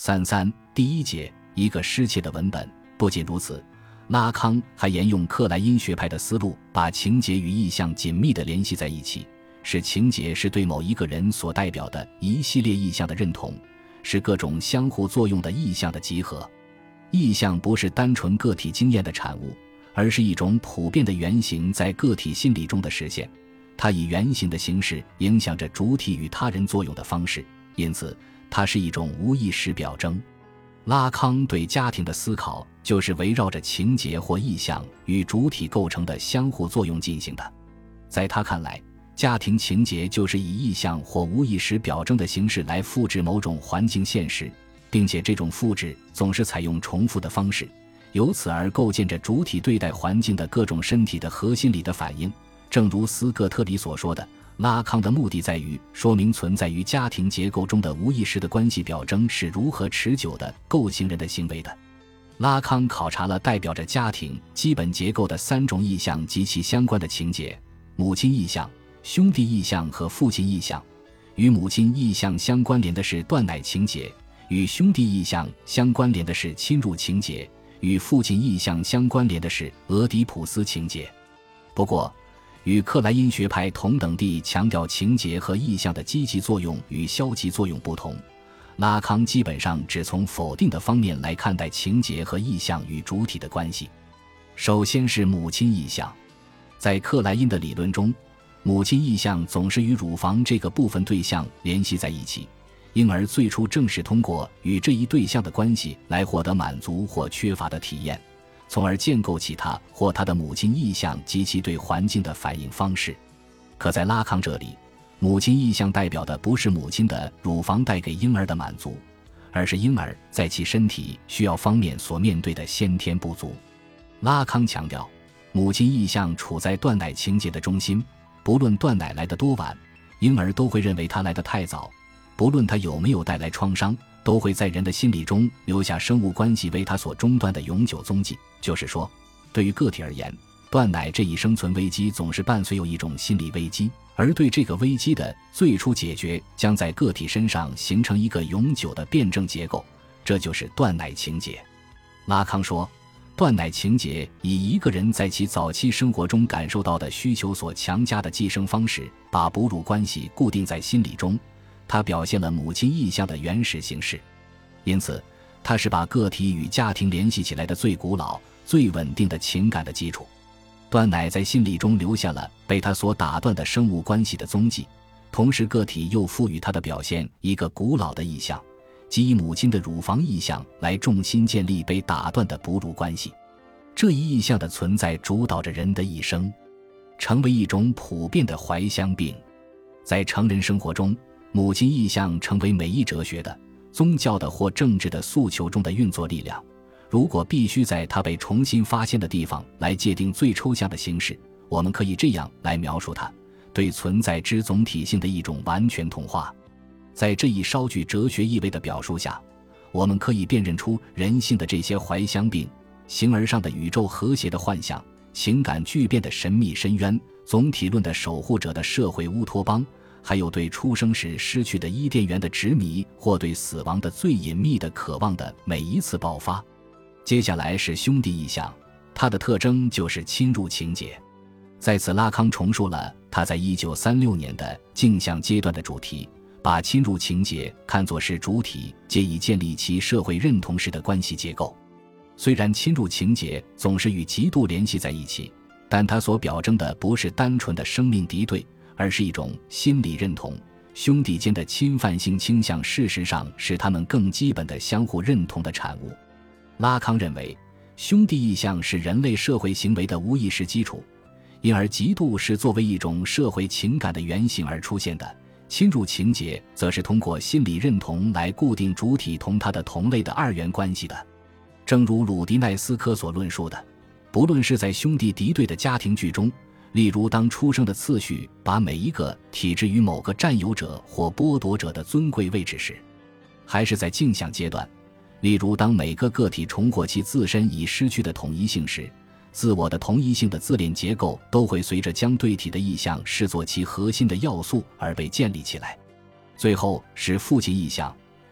33第一节，一个失窃的文本。不仅如此，拉康还沿用克莱因学派的思路，把情节与意象紧密地联系在一起，使情节是对某一个人所代表的一系列意象的认同，是各种相互作用的意象的集合。意象不是单纯个体经验的产物，而是一种普遍的原型在个体心理中的实现，它以原型的形式影响着主体与他人作用的方式，因此它是一种无意识表征。拉康对家庭的思考就是围绕着情节或意象与主体构成的相互作用进行的。在他看来，家庭情节就是以意象或无意识表征的形式来复制某种环境现实，并且这种复制总是采用重复的方式，由此而构建着主体对待环境的各种身体的核心理的反应。正如斯科特里所说的，拉康的目的在于说明存在于家庭结构中的无意识的关系表征是如何持久地构形人的行为的。拉康考察了代表着家庭基本结构的3种意象及其相关的情节：母亲意象、兄弟意象和父亲意象。与母亲意象相关联的是断奶情节，与兄弟意象相关联的是侵入情节，与父亲意象相关联的是俄狄浦斯情节。不过，与克莱因学派同等地强调情节和意象的积极作用与消极作用不同，拉康基本上只从否定的方面来看待情节和意象与主体的关系。首先是母亲意象。在克莱因的理论中，母亲意象总是与乳房这个部分对象联系在一起，因而最初正是通过与这一对象的关系来获得满足或缺乏的体验，从而建构起他或他的母亲意象及其对环境的反应方式。可在拉康这里，母亲意象代表的不是母亲的乳房带给婴儿的满足，而是婴儿在其身体需要方面所面对的先天不足。拉康强调，母亲意象处在断奶情节的中心，不论断奶来得多晚，婴儿都会认为它来得太早，不论它有没有带来创伤，都会在人的心理中留下生物关系为它所中断的永久踪迹。就是说，对于个体而言，断奶这一生存危机总是伴随有一种心理危机，而对这个危机的最初解决将在个体身上形成一个永久的辩证结构，这就是断奶情节。拉康说，断奶情节以一个人在其早期生活中感受到的需求所强加的寄生方式，把哺乳关系固定在心理中，它表现了母亲意象的原始形式。因此，它是把个体与家庭联系起来的最古老、最稳定的情感的基础。断奶在心理中留下了被它所打断的生物关系的踪迹，同时个体又赋予它的表现一个古老的意象，即以母亲的乳房意象来重新建立被打断的哺乳关系。这一意象的存在主导着人的一生，成为一种普遍的怀乡病。在成人生活中，母亲意象成为每一哲学的、宗教的或政治的诉求中的运作力量。如果必须在它被重新发现的地方来界定最抽象的形式，我们可以这样来描述它：对存在之总体性的一种完全同化。在这一稍具哲学意味的表述下，我们可以辨认出人性的这些怀乡病，形而上的宇宙和谐的幻想，情感巨变的神秘深渊，总体论的守护者的社会乌托邦，还有对出生时失去的伊甸园的执迷，或对死亡的最隐秘的渴望的每一次爆发。接下来是兄弟意象，它的特征就是侵入情节。在此，拉康重述了他在1936年的镜像阶段的主题，把侵入情节看作是主体借以建立其社会认同时的关系结构。虽然侵入情节总是与嫉妒联系在一起，但它所表征的不是单纯的生命敌对，而是一种心理认同。兄弟间的侵犯性倾向事实上是他们更基本的相互认同的产物。拉康认为，兄弟意象是人类社会行为的无意识基础，因而嫉妒是作为一种社会情感的原型而出现的，侵入情节则是通过心理认同来固定主体同他的同类的二元关系的。正如鲁迪奈斯科所论述的，不论是在兄弟敌对的家庭剧中，例如当出生的次序把每一个体制于某个占有者或剥夺者的尊贵位置时，还是在镜像阶段，例如当每个个体重获其自身已失去的统一性时，自我的同一性的自恋结构都会随着将对体的意象视作其核心的要素而被建立起来。最后是父亲意象，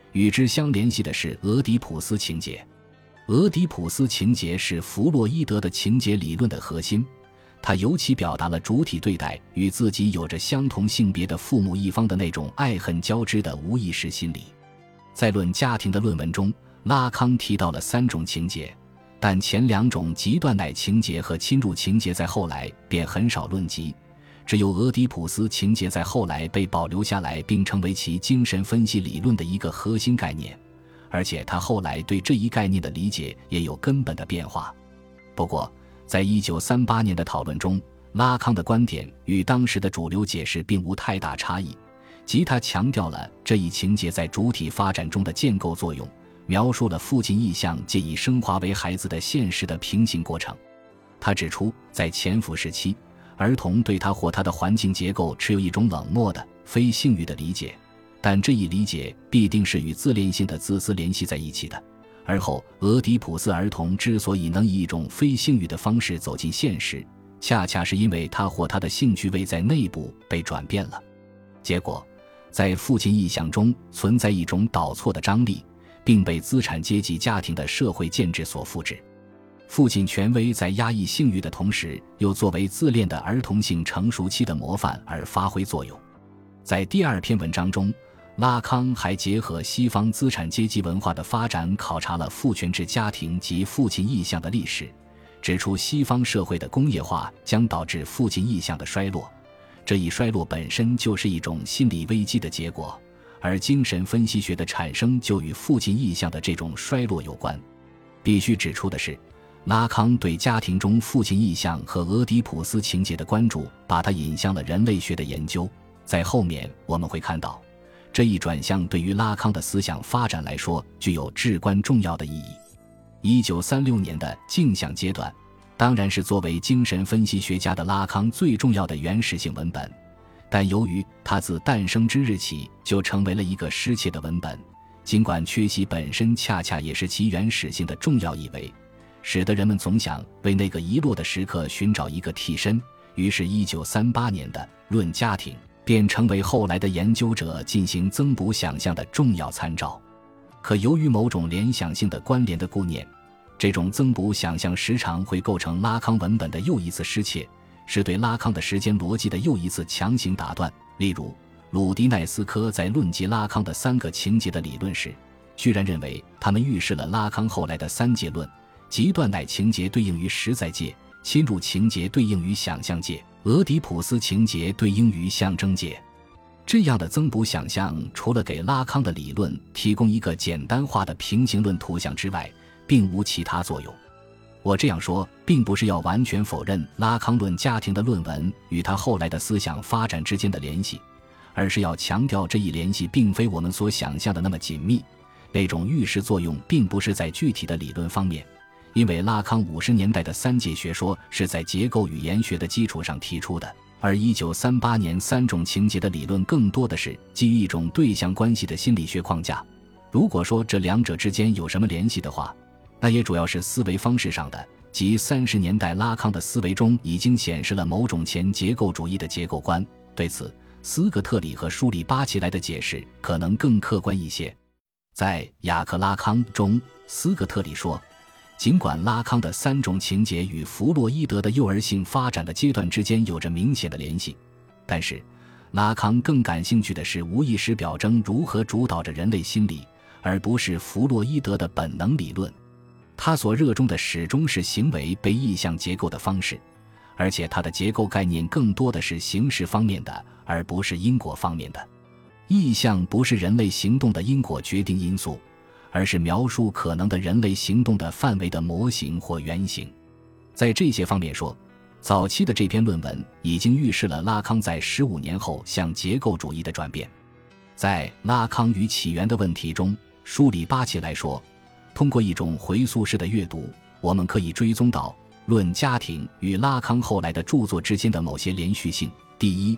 与之相联系的是俄狄浦斯情结。俄狄浦斯情结是弗洛伊德的情结理论的核心，它尤其表达了主体对待与自己有着相同性别的父母一方的那种爱恨交织的无意识心理。在论家庭的论文中，拉康提到了3种情结，但前2种即断奶情结和侵入情结在后来便很少论及，只有俄狄浦斯情结在后来被保留下来，并成为其精神分析理论的一个核心概念，而且他后来对这一概念的理解也有根本的变化。不过在1938年的讨论中，拉康的观点与当时的主流解释并无太大差异，即他强调了这一情结在主体发展中的建构作用，描述了父亲意象借以升华为孩子的现实的平行过程。他指出，在潜伏时期，儿童对他或他的环境结构持有一种冷漠的非性欲的理解，但这一理解必定是与自恋性的自私联系在一起的。而后俄狄浦斯儿童之所以能以一种非性欲的方式走进现实，恰恰是因为他或他的兴趣位在内部被转变了。结果在父亲意象中存在一种导错的张力，并被资产阶级家庭的社会建制所复制。父亲权威在压抑性欲的同时，又作为自恋的儿童性成熟期的模范而发挥作用。在第2篇文章中，拉康还结合西方资产阶级文化的发展，考察了父权制家庭及父亲意象的历史，指出西方社会的工业化将导致父亲意象的衰落，这一衰落本身就是一种心理危机的结果，而精神分析学的产生就与父亲意象的这种衰落有关。必须指出的是，拉康对家庭中父亲意象和俄狄浦斯情结的关注，把他引向了人类学的研究。在后面我们会看到，这一转向对于拉康的思想发展来说具有至关重要的意义。1936年的镜像阶段当然是作为精神分析学家的拉康最重要的原始性文本，但由于它自诞生之日起就成为了一个失窃的文本，尽管缺席本身恰恰也是其原始性的重要意味，使得人们总想为那个遗落的时刻寻找一个替身。于是1938年的《论家庭》便成为后来的研究者进行增补想象的重要参照。可由于某种联想性的关联的顾念，这种增补想象时常会构成拉康文本的又一次失窃，是对拉康的时间逻辑的又一次强行打断。例如，鲁迪奈斯科在论及拉康的3个情节的理论时，居然认为他们预示了拉康后来的3界论，即断奶情节对应于实在界，侵入情节对应于想象界，俄狄浦斯情节对应于象征界。这样的增补想象除了给拉康的理论提供一个简单化的平行论图像之外，并无其他作用。我这样说并不是要完全否认拉康论家庭的论文与他后来的思想发展之间的联系，而是要强调这一联系并非我们所想象的那么紧密，那种预示作用并不是在具体的理论方面，因为拉康50年代的3界学说是在结构语言学的基础上提出的，而1938年3种情节的理论更多的是基于一种对象关系的心理学框架。如果说这2者之间有什么联系的话，那也主要是思维方式上的，即30年代拉康的思维中已经显示了某种前结构主义的结构观。对此，斯格特里和舒里巴奇来的解释可能更客观一些。在雅克拉康中，斯格特里说，尽管拉康的3种情节与弗洛伊德的幼儿性发展的阶段之间有着明显的联系，但是拉康更感兴趣的是无意识表征如何主导着人类心理，而不是弗洛伊德的本能理论。他所热衷的始终是行为被意象结构的方式，而且他的结构概念更多的是形式方面的，而不是因果方面的。意象不是人类行动的因果决定因素，而是描述可能的人类行动的范围的模型或原型。在这些方面说，早期的这篇论文已经预示了拉康在15年后向结构主义的转变。在《拉康与起源的问题》中，舒里巴奇来说，通过一种回溯式的阅读，我们可以追踪到论家庭与拉康后来的著作之间的某些连续性。第一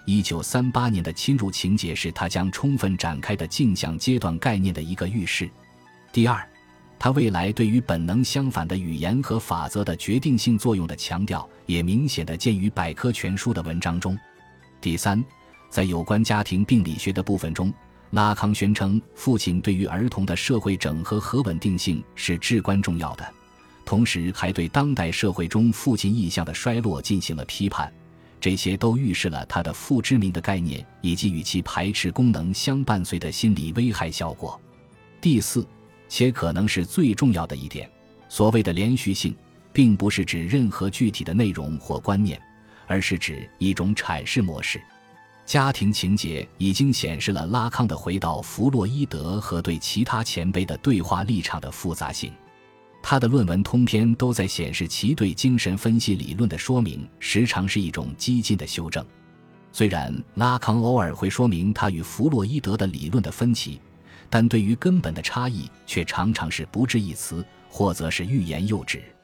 ，1938年的侵入情节是他将充分展开的镜像阶段概念的一个预示。第二，他未来对于本能相反的语言和法则的决定性作用的强调也明显地见于百科全书的文章中。第三，在有关家庭病理学的部分中， 拉康宣称，父亲对于儿童的社会整合和稳定性是至关重要的，同时还对当代社会中父亲意向的衰落进行了批判，这些都预示了他的父之名的概念以及与其排斥功能相伴随的心理危害效果。第四，且可能是最重要的一点，所谓的连续性并不是指任何具体的内容或观念，而是指一种阐释模式。家庭情节已经显示了拉康的回到弗洛伊德和对其他前辈的对话立场的复杂性。他的论文通篇都在显示其对精神分析理论的说明时常是一种激进的修正。虽然拉康偶尔会说明他与弗洛伊德的理论的分歧，但对于根本的差异却常常是不置一词，或则是欲言又止。